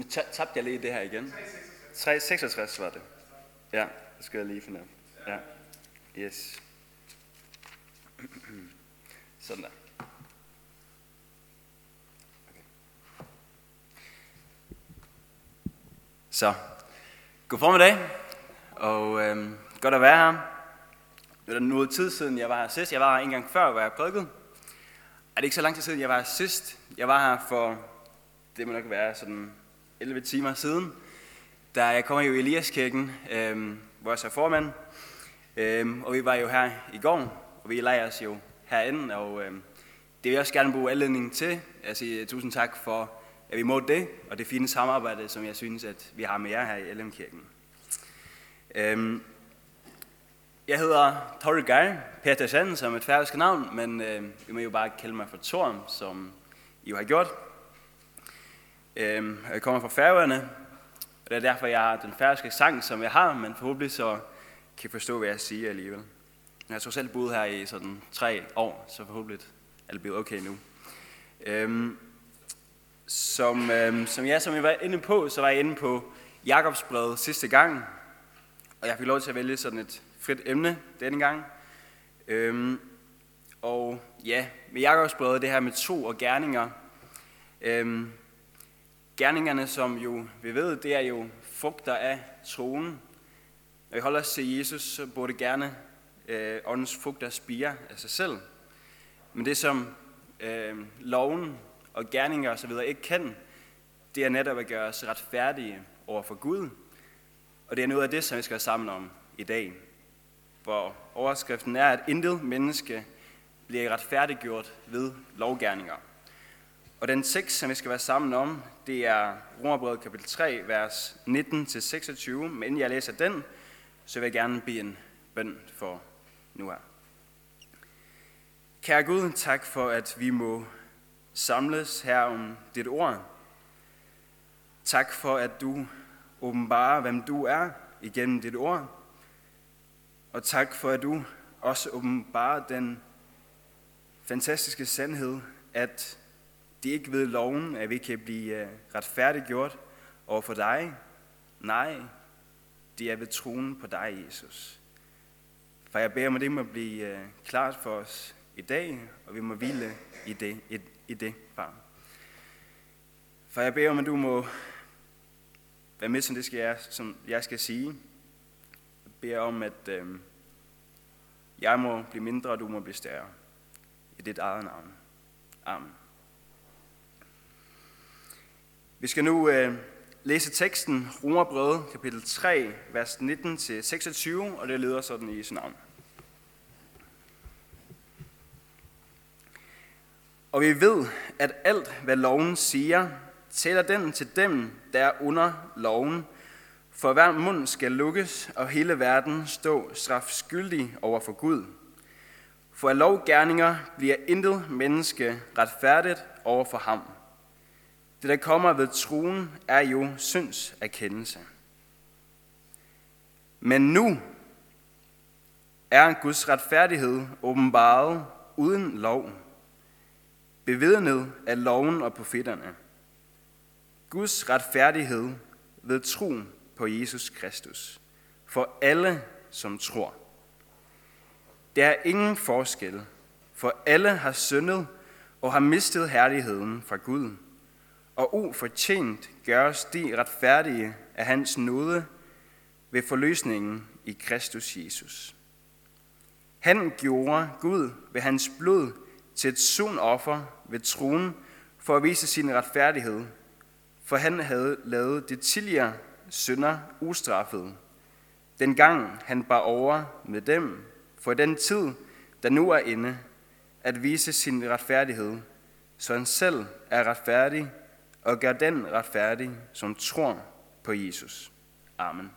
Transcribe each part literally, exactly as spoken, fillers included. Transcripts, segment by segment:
tabte jeg lige det her igen. tre seksogtres var det. Ja, det skal jeg lige finde. Ja, yes. Sådan der. Okay. Så, god formiddag, og øhm, godt at være her. Det er noget tid siden, jeg var her sidst. Jeg var her en gang før, hvor jeg prædikede. Er det ikke så lang tid siden, jeg var her sidst? Jeg var her for, det må nok være sådan elleve timer siden, da jeg kommer jo i Eliaskirken, øhm, hvor jeg så er formand. Øhm, og vi var jo her i går, og vi leger os jo herinde, og øhm, det vil jeg også gerne bruge anledningen til. Jeg siger tusind tak for, at vi måtte det, og det fine samarbejde, som jeg synes, at vi har med jer her i L M-kirken. Øhm, jeg hedder Torgeir Petersen, som et færøsk navn, men øh, I må jo bare kalde mig for Torm, som I jo har gjort. Øhm, jeg kommer fra Færøerne, og det er derfor, jeg har den færøske sang, som jeg har, men forhåbentlig så kan I forstå, hvad jeg siger alligevel. Jeg har så selv boet her i sådan tre år, så forhåbentlig er det blevet okay nu. Øhm, som, øhm, som, jeg, som jeg var inde på, så var jeg inde på Jakobsbrevet sidste gang, og jeg fik lov til at vælge sådan et frit emne denne gang. Øhm, og ja, med Jakobsbrevet, det her med tro og gerninger. Øhm, gerningerne, som jo vi ved, det er jo frugter af troen. Når vi holder os til Jesus, så burde gerne øh, åndens frugter spire af sig selv. Men det som øh, loven og gerninger og så videre ikke kan, det er netop at gøre os retfærdige over for Gud. Og det er noget af det, som vi skal være sammen om i dag. Hvor overskriften er, at intet menneske bliver retfærdiggjort ved lovgerninger. Og den tekst, som vi skal være sammen om, det er Romerbrevet kapitel tre, vers nitten til seksogtyve. Men inden jeg læser den, så vil jeg gerne bede en bøn for nu her. Kære Gud, tak for, at vi må samles her om dit ord. Tak for, at du åbenbarer, hvem du er igennem dit ord. Og tak for, at du også åbenbarer den fantastiske sandhed, at det ikke ved loven, at vi kan blive retfærdiggjort over for dig. Nej, det er ved troen på dig, Jesus. For jeg beder om, at det må blive klart for os i dag, og vi må hvile i det, i, i det far. For jeg beder om, at du må være med, som det skal jeg, som jeg skal sige. Jeg beder om, at øh, jeg må blive mindre, og du må blive større. I dit eget navn. Amen. Vi skal nu øh, læse teksten Romerbrevet kapitel tre, vers nitten til seksogtyve, og det lyder sådan i Jesu navn. Og vi ved, at alt, hvad loven siger, tæller den til dem, der er under loven, for hver mund skal lukkes, og hele verden stå strafskyldig over for Gud. For af lovgerninger bliver intet menneske retfærdigt over for ham. Det, der kommer ved troen, er jo syndserkendelse. Men nu er Guds retfærdighed åbenbaret uden lov, bevidnet af loven og profeterne. Guds retfærdighed ved troen på Jesus Kristus, for alle, som tror. Der er ingen forskel, for alle har syndet og har mistet herligheden fra Gud, og ufortjent gøres de retfærdige af hans nåde ved forløsningen i Kristus Jesus. Han gjorde Gud ved hans blod til et syndoffer ved troen for at vise sin retfærdighed, for han havde lavet de tidligere synder ustraffet, dengang han bar over med dem, for den tid, der nu er inde, at vise sin retfærdighed, så han selv er retfærdig og gør den retfærdig, som tror på Jesus. Amen.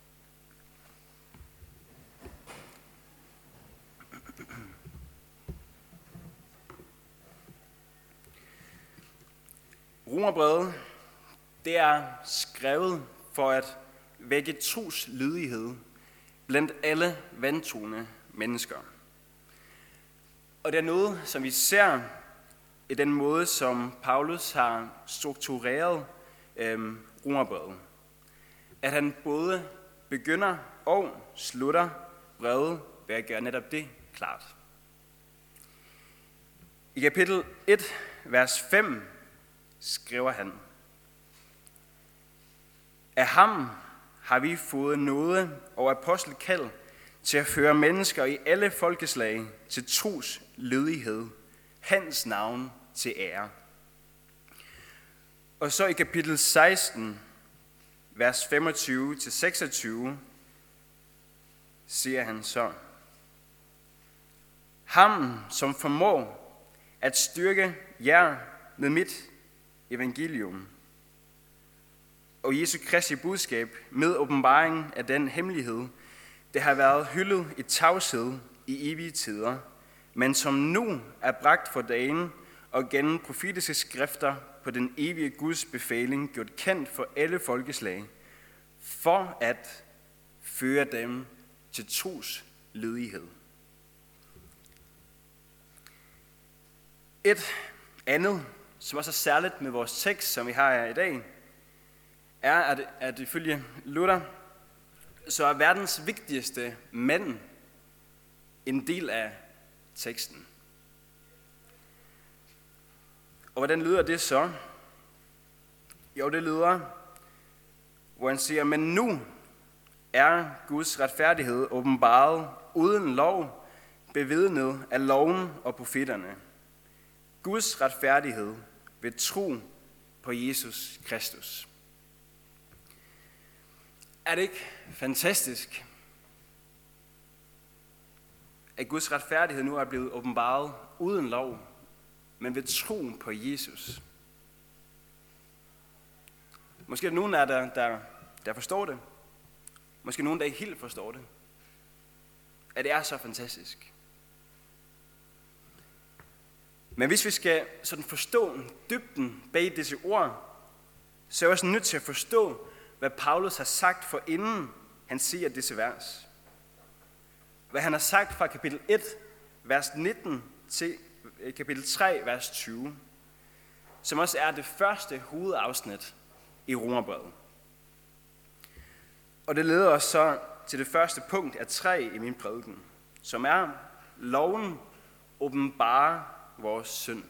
Romerbrevet, det er skrevet for at vække troslydighed blandt alle vantroende mennesker. Og det er noget, som vi ser i den måde, som Paulus har struktureret øhm, Romerbrevet, at han både begynder og slutter brevet ved at gøre netop det klart. I kapitel et, vers fem, skriver han: Af ham har vi fået nåde og apostelkald til at føre mennesker i alle folkeslag til tros lydighed, hans navn til ære. Og så i kapitel seksten, vers femogtyve til seksogtyve, siger han så: Ham, som formår at styrke jer med mit evangelium og Jesu Kristi budskab med åbenbaringen af den hemmelighed, det har været hyldet i tavshed i evige tider, men som nu er bragt for dagen og gennem profetiske skrifter på den evige Guds befaling gjort kendt for alle folkeslag, for at føre dem til tros lydighed. Et andet, som også er særligt med vores tekst, som vi har her i dag, er, at, at ifølge Luther, så er verdens vigtigste mand en del af teksten. Og hvordan lyder det så? Jo, det lyder, hvor han siger, men nu er Guds retfærdighed åbenbaret uden lov, bevidnet af loven og profeterne. Guds retfærdighed ved tro på Jesus Kristus. Er det ikke fantastisk, at Guds retfærdighed nu er blevet åbenbaret uden lov, men ved troen på Jesus? Måske er der nogen af der, der, der forstår det. Måske nogen, der ikke helt forstår det. At det er så fantastisk. Men hvis vi skal sådan forstå dybden bag disse ord, så er vi også nødt til at forstå, hvad Paulus har sagt for inden han siger disse vers. Hvad han har sagt fra kapitel et, vers nitten til kapitel tre, vers tyve, som også er det første hovedafsnit i Romerbrevet. Og det leder os så til det første punkt af tre i min prædiken, som er: loven åbenbarer vores synd.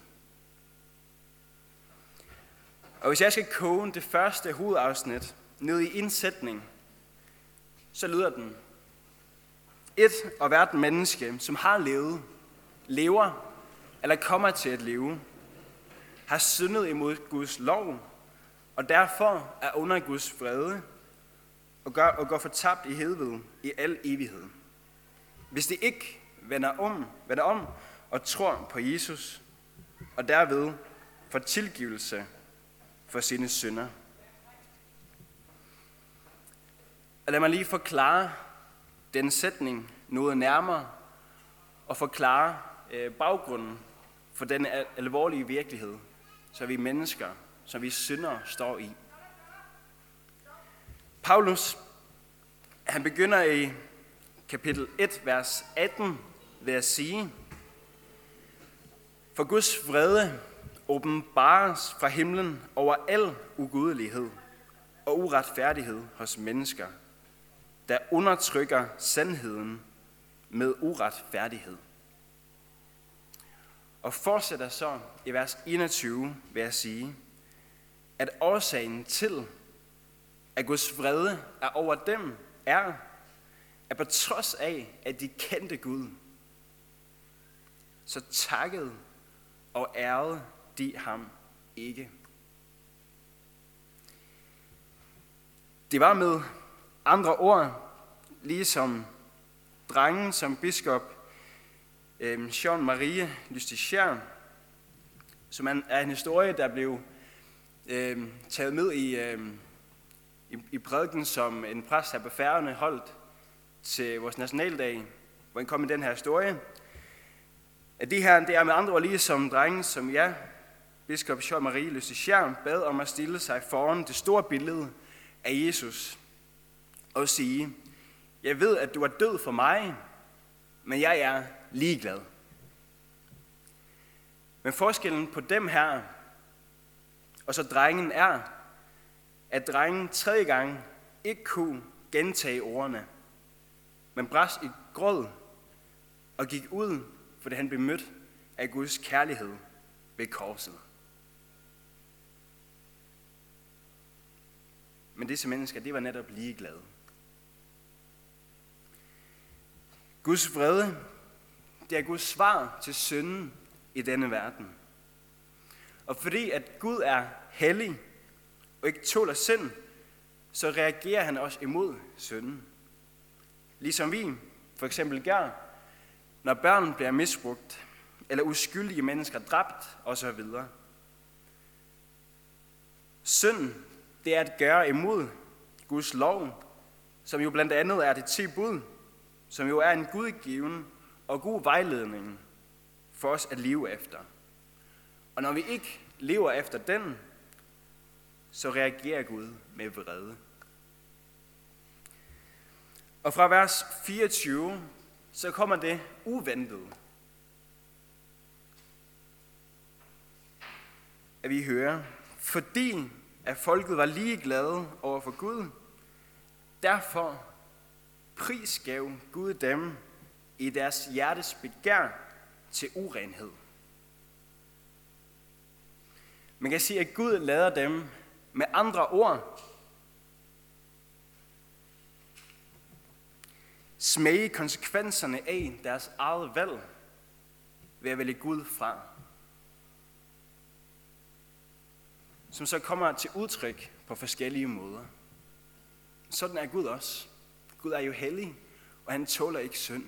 Og hvis jeg skal koge det første hovedafsnit ned i en sætning, så lyder den: et og hvert menneske, som har levet, lever eller kommer til at leve, har syndet imod Guds lov, og derfor er under Guds vrede og, gør, og går fortabt i helvede i al evighed. Hvis de ikke vender om, vender om og tror på Jesus, og derved får tilgivelse for sine synder. Og lad mig lige forklare den sætning noget nærmere, og forklare øh, baggrunden for den alvorlige virkelighed, så vi mennesker, som vi syndere, står i. Paulus, han begynder i kapitel et, vers atten, ved at sige: For Guds vrede åbenbares fra himlen over al ugudelighed og uretfærdighed hos mennesker, der undertrykker sandheden med uretfærdighed. Og fortsætter så i vers enogtyve ved at sige, at årsagen til, at Guds vrede er over dem, er, at på trods af, at de kendte Gud, så takkede og ærede de ham ikke. Det var med andre ord, ligesom drengen, som biskop øh, Jean-Marie Lustiger, som er en historie, der blev øh, taget med i, øh, i, i prædiken, som en præst her på Færøerne holdt til vores nationaldag, hvor han kom med den her historie. At det her, det er med andre ord lige som drengen, som jeg, biskop Jean-Marie Lustiger, bad om at stille sig foran det store billede af Jesus og sige: jeg ved, at du er død for mig, men jeg er ligeglad. Men forskellen på dem her og så drengen er, at drengen tredje gang ikke kunne gentage ordene, men brast i gråd og gik ud, fordi han blev mødt af Guds kærlighed ved korset. Men disse mennesker, de var netop ligeglade. Guds vrede, det er Guds svar til synden i denne verden. Og fordi at Gud er hellig og ikke tåler synd, så reagerer han også imod synden. Ligesom vi for eksempel gør, når børn bliver misbrugt, eller uskyldige mennesker dræbt osv. Synd, det er at gøre imod Guds lov, som jo blandt andet er det ti bud, som jo er en gudgiven og god vejledning for os at leve efter. Og når vi ikke lever efter den, så reagerer Gud med vrede. Og fra vers fireogtyve, så kommer det uventede. At vi hører, fordi at folket var ligeglade over for Gud, derfor prisgav Gud dem i deres hjertes begær til urenhed. Man kan sige, at Gud lader dem med andre ord smage konsekvenserne af deres eget valg ved at vælge Gud fra. Som så kommer til udtryk på forskellige måder. Sådan er Gud også. Gud er jo hellig, og han tåler ikke synd.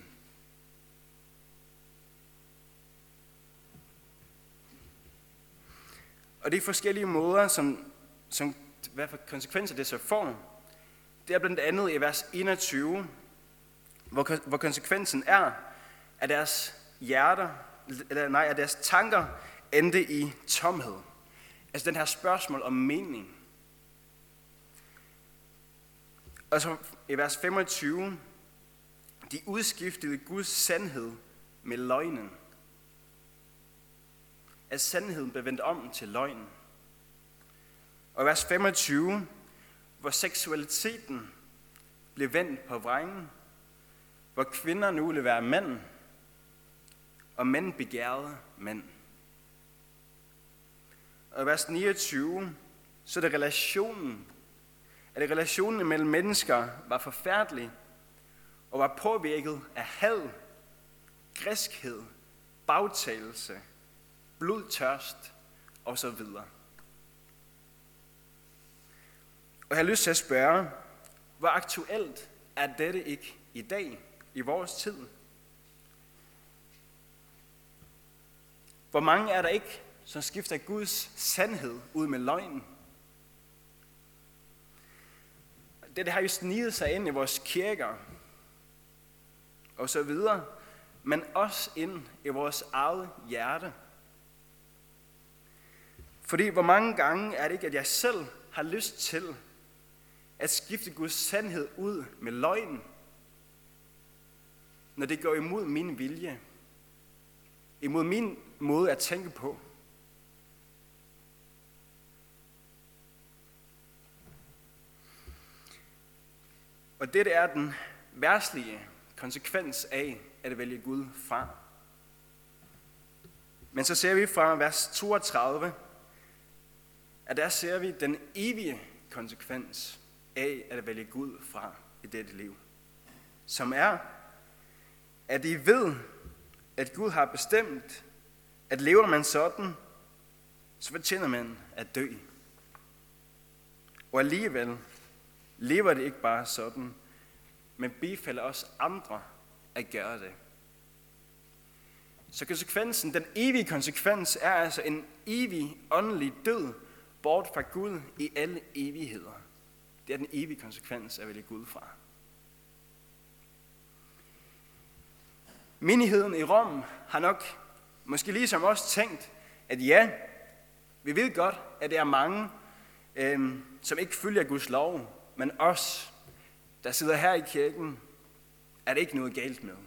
Og de forskellige måder, som, som hvad for konsekvenser det så får, det er blandt andet i vers enogtyve, hvor, hvor konsekvensen er, at deres hjerter, eller nej, at deres tanker endte i tomhed. Altså den her spørgsmål om mening. Og så i vers femogtyve, de udskiftede Guds sandhed med løgnen. At sandheden blev vendt om til løgn. Og i vers femogtyve, hvor seksualiteten blev vendt på vrængen, hvor kvinder nu ville være mænd, og mænd begærede mænd. Og i vers niogtyve, så er det relationen, at relationen mellem mennesker var forfærdelig, og var påvirket af had, griskhed, bagtagelse, blodtørst osv. Og jeg har lyst til at spørge, hvor aktuelt er dette ikke i dag, i vores tid? Hvor mange er der ikke, som skifter Guds sandhed ud med løgn? Det, det har jo sniget sig ind i vores kirker og så videre, men også ind i vores eget hjerte. Fordi hvor mange gange er det ikke, at jeg selv har lyst til at skifte Guds sandhed ud med løgn, når det går imod min vilje, imod min måde at tænke på. Og det er den verdslige konsekvens af at vælge Gud fra. Men så ser vi fra vers toogtredive, at der ser vi den evige konsekvens af at vælge Gud fra i dette liv. Som er, at I ved, at Gud har bestemt, at lever man sådan, så fortjener man at dø. Og alligevel lever det ikke bare sådan, men bifalder også andre at gøre det. Så konsekvensen, den evige konsekvens, er altså en evig åndelig død, bort fra Gud i alle evigheder. Det er den evige konsekvens at vælge Gud fra. Menigheden i Rom har nok, måske ligesom også tænkt, at ja, vi ved godt, at der er mange, øh, som ikke følger Guds lov, men os, der sidder her i kirken, er det ikke noget galt med.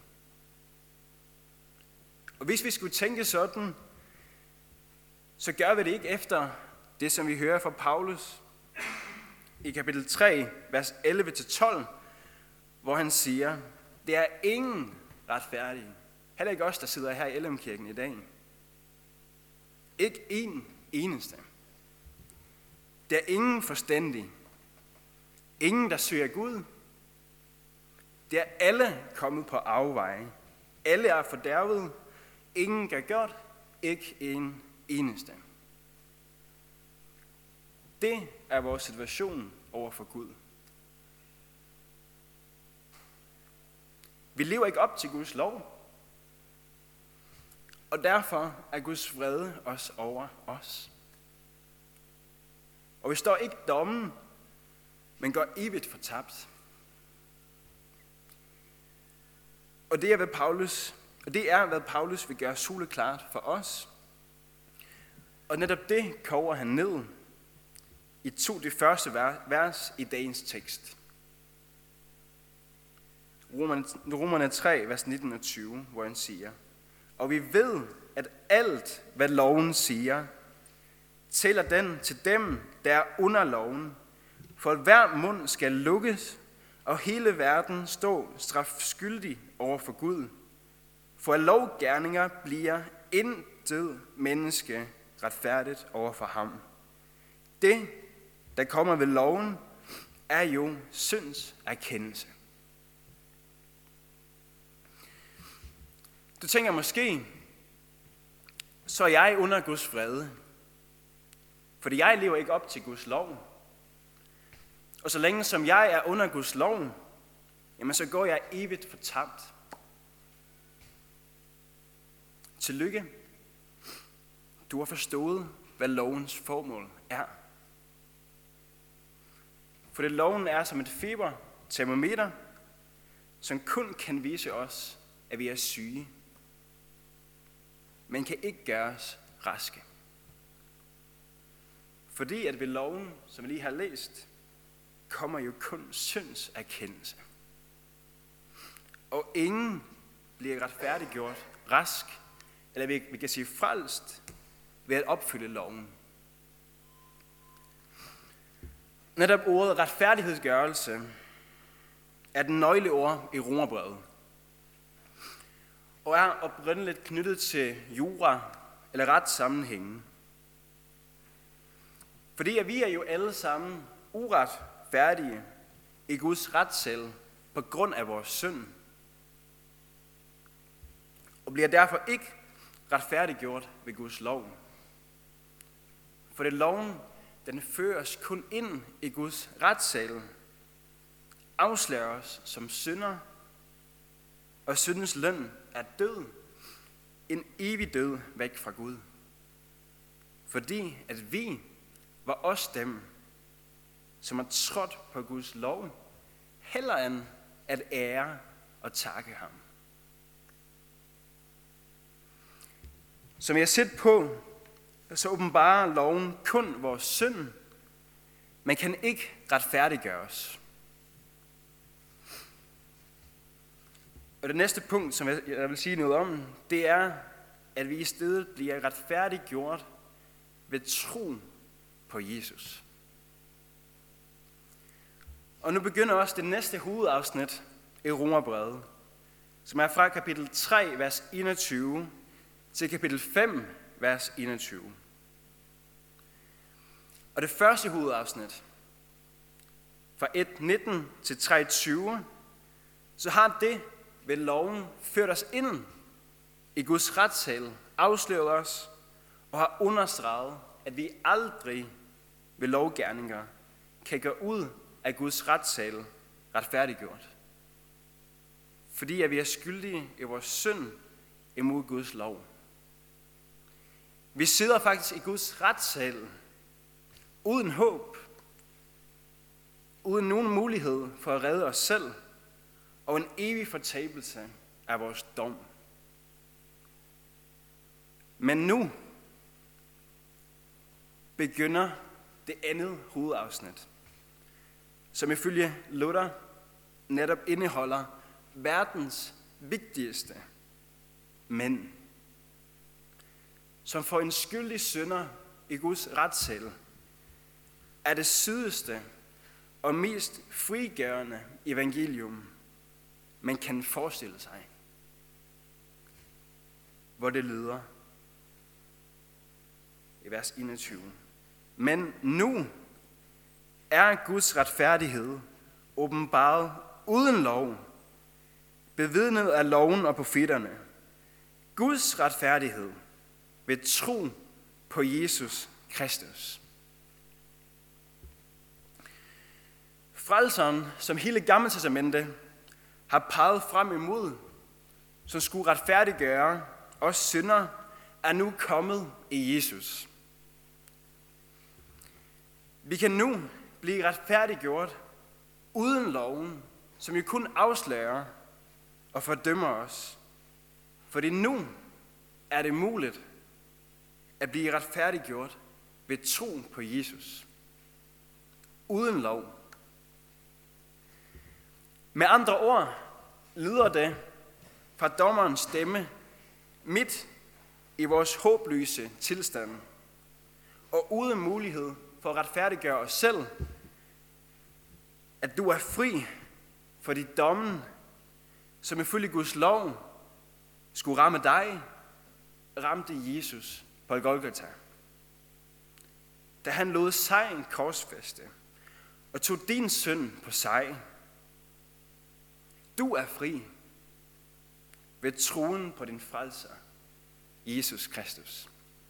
Og hvis vi skulle tænke sådan, så gør vi det ikke efter det, som vi hører fra Paulus. i kapitel tre, vers elleve til tolv, hvor han siger, det er ingen retfærdige. Heller ikke os, der sidder her i L M-kirken i dag. Ikke en eneste. Der er ingen forstændig. Ingen, der søger Gud. Det er alle kommet på afveje. Alle er fordærvet. Ingen gør godt. Ikke en eneste. Det er vores situation over for Gud. Vi lever ikke op til Guds lov. Og derfor er Guds vrede også over os. Og vi står ikke dommen, men går evigt fortabt. Og det er, hvad Paulus, og det er, hvad Paulus vil gøre soleklart for os. Og netop det koger han ned i to de første vers i dagens tekst. Romerne tre, vers nitten og tyve, hvor han siger, og vi ved, at alt, hvad loven siger, tæller den til dem, der er under loven, for at hver mund skal lukkes, og hele verden stå strafskyldig over for Gud. For at lovgerninger bliver intet menneske retfærdigt over for ham. Det, der kommer ved loven, er jo synds erkendelse. Du tænker måske, så er jeg under Guds vrede. Fordi jeg lever ikke op til Guds lov. Og så længe som jeg er under Guds lov, jamen så går jeg evigt fortabt. Tillykke. Du har forstået, hvad lovens formål er. For det loven er som et febertermometer, som kun kan vise os, at vi er syge, men kan ikke gøre os raske. Fordi at ved loven, som vi lige har læst, kommer jo kun synds erkendelse. Og ingen bliver retfærdiggjort rask, eller vi kan sige frelst, ved at opfylde loven. Netop ordet retfærdighedsgørelse er den nøgleord i Romerbrevet, og er oprindeligt knyttet til jura eller retssammenhængen. Fordi at vi er jo alle sammen uretfærdige i Guds retssal på grund af vores synd, og bliver derfor ikke retfærdiggjort ved Guds lov. For det loven, den fører os kun ind i Guds retssal, afslører os som synder, og syndens løn er død, en evig død væk fra Gud. Fordi at vi var os dem, som har trådt på Guds lov, hellere end at ære og takke ham. Som jeg har set på, så åbenbarer loven kun vores synd, men kan ikke retfærdiggøres. Og det næste punkt, som jeg vil sige noget om, det er, at vi i stedet bliver retfærdiggjort ved tro på Jesus. Og nu begynder også det næste hovedafsnit i Romerbrevet, som er fra kapitel tre, vers enogtyve, til kapitel fem, vers enogtyve. Og det første hovedafsnit, fra et nitten til tre tyve, så har det ved loven ført os ind i Guds retssal, afsløret os og har understreget, at vi aldrig ved lovgerninger kan gå ud af Guds retssal retfærdiggjort. Fordi at vi er skyldige i vores synd imod Guds lov. Vi sidder faktisk i Guds retssal uden håb, uden nogen mulighed for at redde os selv, og en evig fortabelse af vores dom. Men nu begynder det andet hovedafsnit, som ifølge Luther netop indeholder verdens vigtigste mænd, som for en skyldig synder i Guds retssal er det sydeste og mest frigørende evangelium, man kan forestille sig. Hvor det lyder i vers enogtyve. Men nu er Guds retfærdighed åbenbaret uden lov, bevidnet af loven og profeterne. Guds retfærdighed ved tro på Jesus Kristus. Frelseren, som hele Gamle Testamente har peget frem imod, som skulle retfærdiggøre os syndere, er nu kommet i Jesus. Vi kan nu blive retfærdiggjort uden loven, som jo kun afslører og fordømmer os. Fordi nu er det muligt at blive retfærdiggjort ved tro på Jesus. Uden lov. Med andre ord lyder det fra dommerens stemme midt i vores håbløse tilstand og uden mulighed for at retfærdiggøre os selv, at du er fri for de dommen, som ifølge Guds lov skulle ramme dig, ramte Jesus på Golgata. Da han lod sig en korsfæste og tog din synd på sig. Du er fri ved troen på din frelser, Jesus Kristus.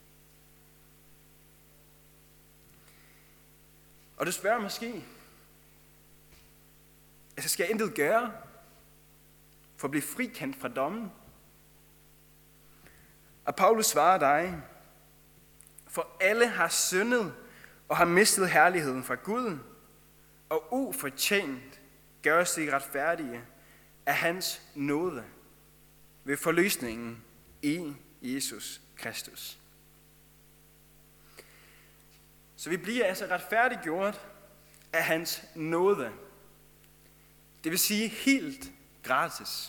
Og du spørger måske, altså skal jeg intet gøre for at blive frikendt fra dommen? Og Paulus svarer dig, for alle har syndet og har mistet herligheden fra Gud, og ufortjent gøres de retfærdige af hans nåde ved forløsningen i Jesus Kristus. Så vi bliver altså retfærdiggjort af hans nåde. Det vil sige helt gratis.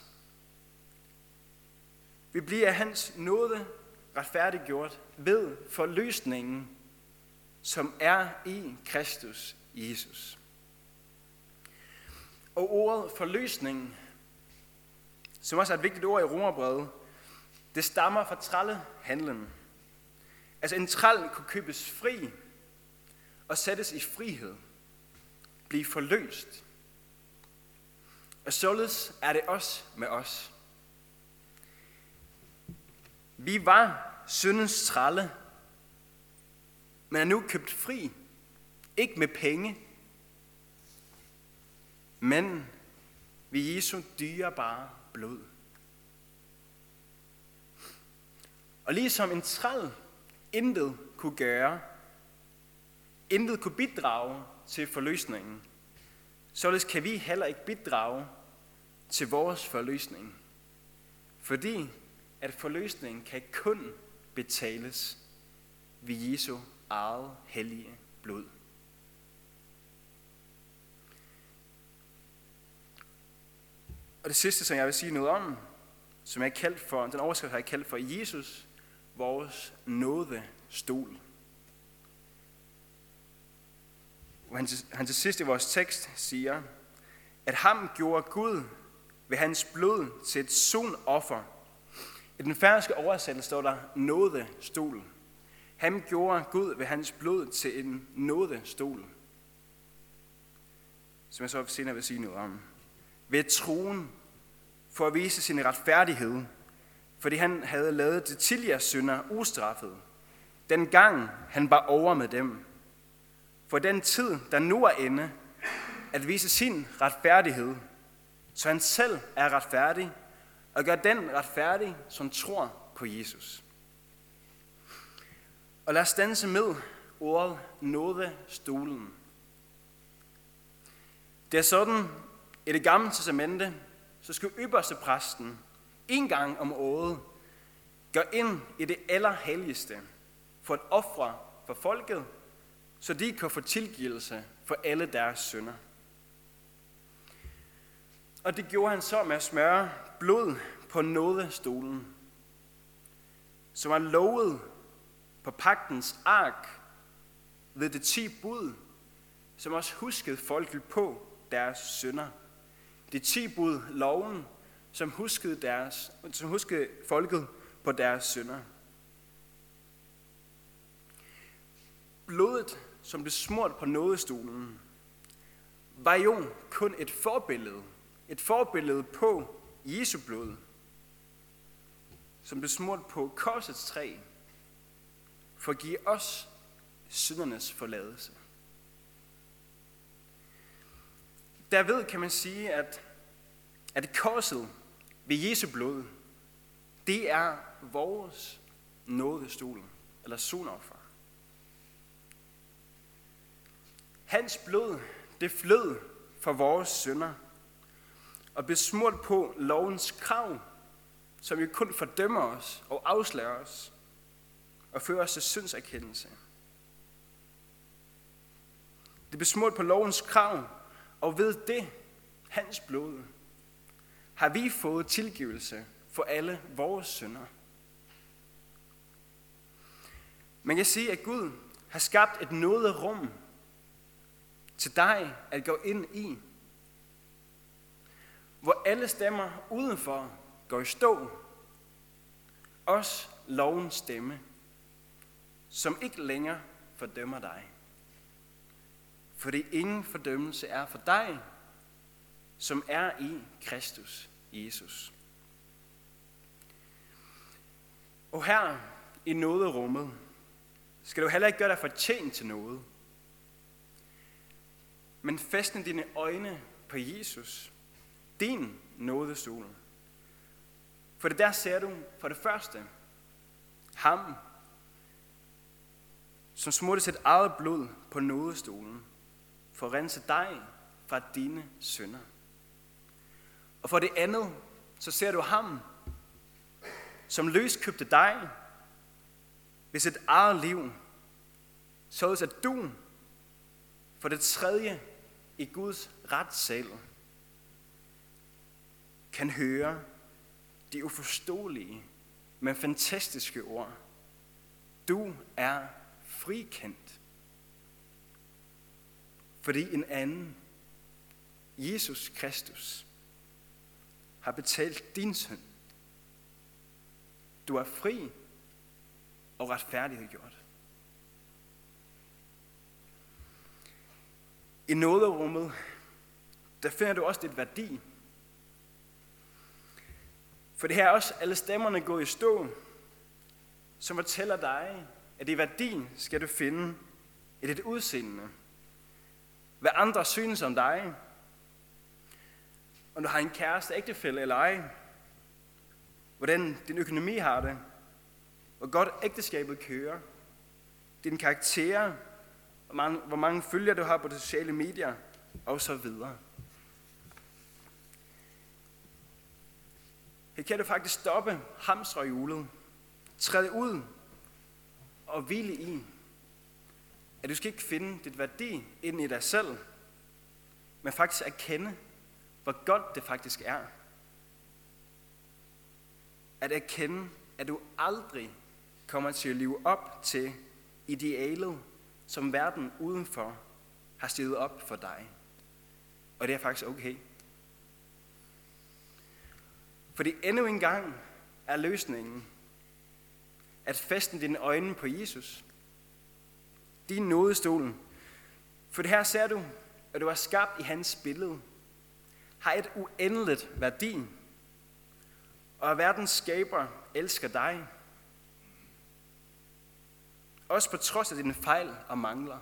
Vi bliver af hans nåde retfærdiggjort ved forløsningen, som er i Kristus Jesus. Og ordet forløsning, som også er et vigtigt ord i Romerbrevet, det stammer fra trællehandlen. Altså en træl kunne købes fri og sættes i frihed, blive forløst. Og således er det også med os. Vi var syndens trælle, men er nu købt fri, ikke med penge, men ved Jesu dyrebare blod. Og ligesom en træl intet kunne gøre, intet kunne bidrage til forløsningen, således kan vi heller ikke bidrage til vores forløsning. Fordi at forløsningen kan kun betales ved Jesu eget hellige blod. Og det sidste, som jeg vil sige noget om, som jeg har kaldt for, den overskrift har jeg kaldt for Jesus, vores nådestol. Og han, han til sidst i vores tekst siger, at ham gjorde Gud ved hans blod til et sonoffer. I den færøske oversættelse står der nådestol. Ham gjorde Gud ved hans blod til en nådestol. Som jeg så senere vil sige noget om. Ved troen for at vise sin retfærdighed, fordi han havde lavet de tidligere synder ustraffet, den gang han var over med dem. For den tid, der nu er inde, at vise sin retfærdighed, så han selv er retfærdig, og gør den retfærdig, som tror på Jesus. Og lad os standse med ordet nådestolen. Det er sådan, i det gamle testamente, så skulle ypperste præsten en gang om året gå ind i det allerhelligste for at ofre for folket, så de kan få tilgivelse for alle deres synder. Og det gjorde han så med at smøre blod på nådestolen, som var lovet på pagtens ark ved det ti bud, som også huskede folket på deres synder. De ti bud, loven, som huskede, deres, som huskede folket på deres synder. Blodet, som blev smurt på nådestolen, var jo kun et forbillede. Et forbillede på Jesu blod, som blev smurt på korsets træ, for at give os syndernes forladelse. Derved kan man sige, at, at korset ved Jesu blod, det er vores nådestol, eller sonoffer. Hans blod, det flød for vores synder, og blev smurt på lovens krav, som jo kun fordømmer os og afslører os, og fører os til syndserkendelse. Det blev smurt på lovens krav, og ved det, hans blod, har vi fået tilgivelse for alle vores synder. Man kan sige, at Gud har skabt et nåderum til dig at gå ind i, hvor alle stemmer udenfor går i stå, også lovens stemme, som ikke længere fordømmer dig. Fordi ingen fordømmelse er for dig, som er i Kristus Jesus. Og her i nåderummet skal du heller ikke gøre dig fortjent til noget, men fæstne dine øjne på Jesus, din nådestol. For det der ser du for det første ham, som smurte sit eget blod på nådestolen, for at rense dig fra dine synder. Og for det andet, så ser du ham, som løskøbte dig ved sit eget liv, således at du for det tredje i Guds retssal kan høre de uforståelige, men fantastiske ord. Du er frikendt. Fordi en anden, Jesus Kristus, har betalt din synd. Du er fri og retfærdiggjort. I nåderummet, der finder du også dit værdi. For det her er også alle stemmerne går i stå, som fortæller dig, at i værdi skal du finde i dit udseende. Hvad andre synes om dig. Om du har en kæreste, ægtefælle eller ej. Hvordan din økonomi har det. Hvor godt ægteskabet kører. Din karakter. Hvor mange, hvor mange følgere du har på de sociale medier. Og så videre. Her kan du faktisk stoppe hamsterhjulet. Træde ud og hvile i, at du skal ikke finde dit værdi ind i dig selv, men faktisk erkende, hvor godt det faktisk er. At erkende, at du aldrig kommer til at leve op til idealet, som verden udenfor har stillet op for dig. Og det er faktisk okay. Fordi endnu en gang er løsningen at fæstne dine øjne på Jesus. Din nådestol. For det her ser du, at du er skabt i hans billede. Har et uendeligt værdi. Og at verdens skaber elsker dig. Også på trods af dine fejl og mangler.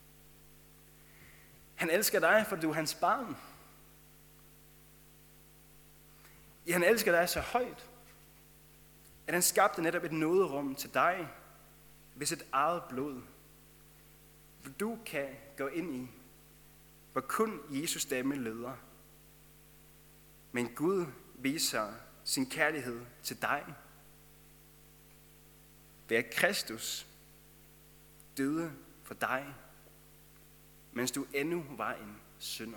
Han elsker dig, for du er hans barn. Ja, han elsker dig så højt, at han skabte netop et nåderum til dig ved sit eget blod. Hvor du kan gå ind i, hvor kun Jesus stemme leder. Men Gud viser sin kærlighed til dig. Ved at Kristus døde for dig, mens du endnu var en synder.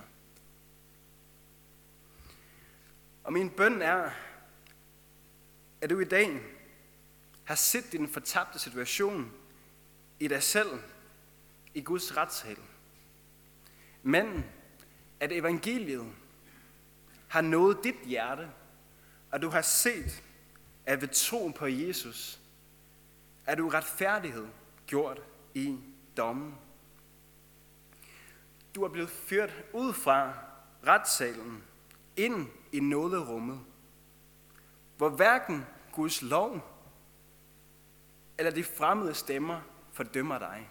Og min bøn er, at du i dag har set din fortabte situation i dig selv, i Guds retssal. men at evangeliet har nået dit hjerte, og du har set, at ved troen på Jesus, er du retfærdighed gjort i dommen. Du er blevet ført ud fra retssalen ind i nåderummet, hvor hverken Guds lov eller de fremmede stemmer fordømmer dig.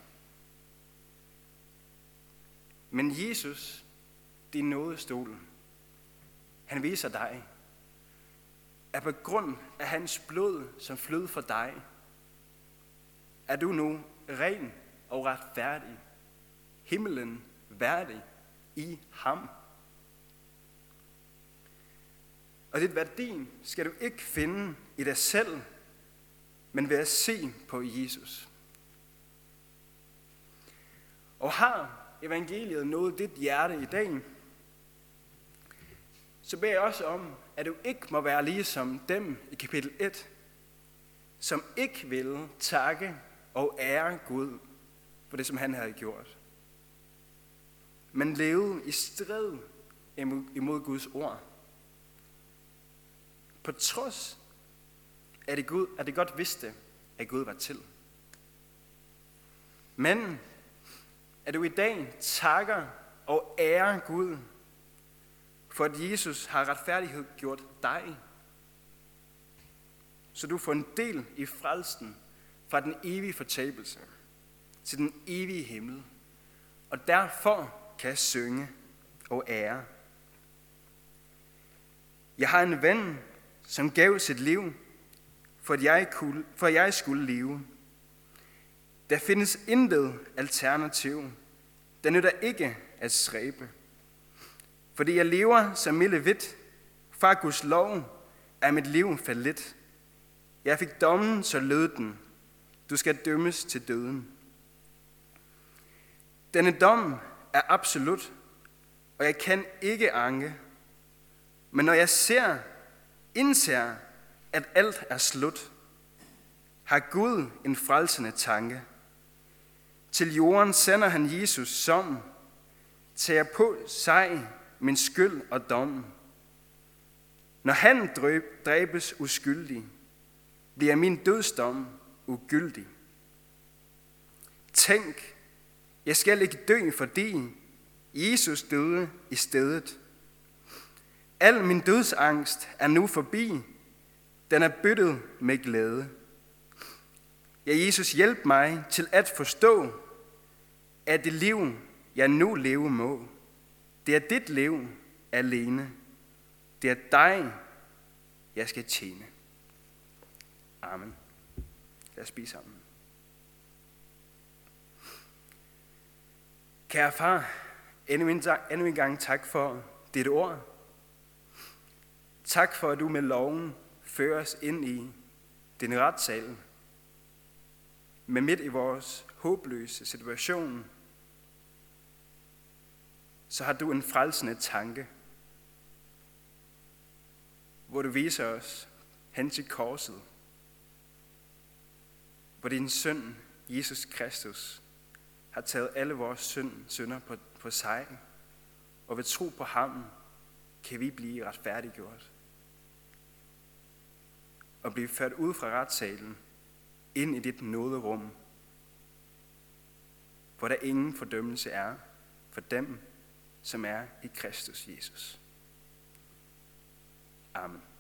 Men Jesus, din nådestol, han viser dig, at på grund af hans blod, som flød for dig, er du nu ren og retfærdig, himmelen værdig i ham. Og dit værdi skal du ikke finde i dig selv, men ved at se på Jesus. Og har evangeliet nået dit hjerte i dag, så beder jeg også om, at du ikke må være ligesom dem i kapitel et, som ikke ville takke og ære Gud for det, som han havde gjort, men levede i strid imod Guds ord. På trods af det, Gud, at det godt vidste, at Gud var til. Men at du i dag takker og ærer Gud, for at Jesus har retfærdighed gjort dig, så du får en del i frelsen fra den evige fortabelse til den evige himmel, og derfor kan jeg synge og ære. Jeg har en ven, som gav sit liv, for at jeg, kunne, for at jeg skulle leve. Der findes intet alternativ. Der nytter ikke at stræbe. Fordi jeg lever som mildevidt, fra Guds lov er mit liv fallit. Jeg fik dommen, så lød den. Du skal dømmes til døden. Denne dom er absolut, og jeg kan ikke anke. Men når jeg ser, indser, at alt er slut, har Gud en frelsende tanke. Til jorden sender han Jesus, som tager på sig min skyld og dom. Når han dræbes uskyldig, bliver min dødsdom ugyldig. Tænk, jeg skal ikke dø, fordi Jesus døde i stedet. Al min dødsangst er nu forbi. Den er byttet med glæde. Ja, Jesus, hjælp mig til at forstå, at det liv, jeg nu lever må, det er dit liv alene. Det er dig, jeg skal tjene. Amen. Lad os bede sammen. Kære far, endnu en gang tak for dit ord. Tak for, at du med loven fører os ind i din retssal. Men midt i vores håbløse situation, så har du en frelsende tanke, hvor du viser os hen til korset, hvor din søn, Jesus Kristus, har taget alle vores synd, synder på, på sig, og ved tro på ham, kan vi blive retfærdiggjort og blive ført ud fra retssalen ind i dit nåderum, hvor der ingen fordømmelse er for dem, som er i Kristus Jesus. Amen.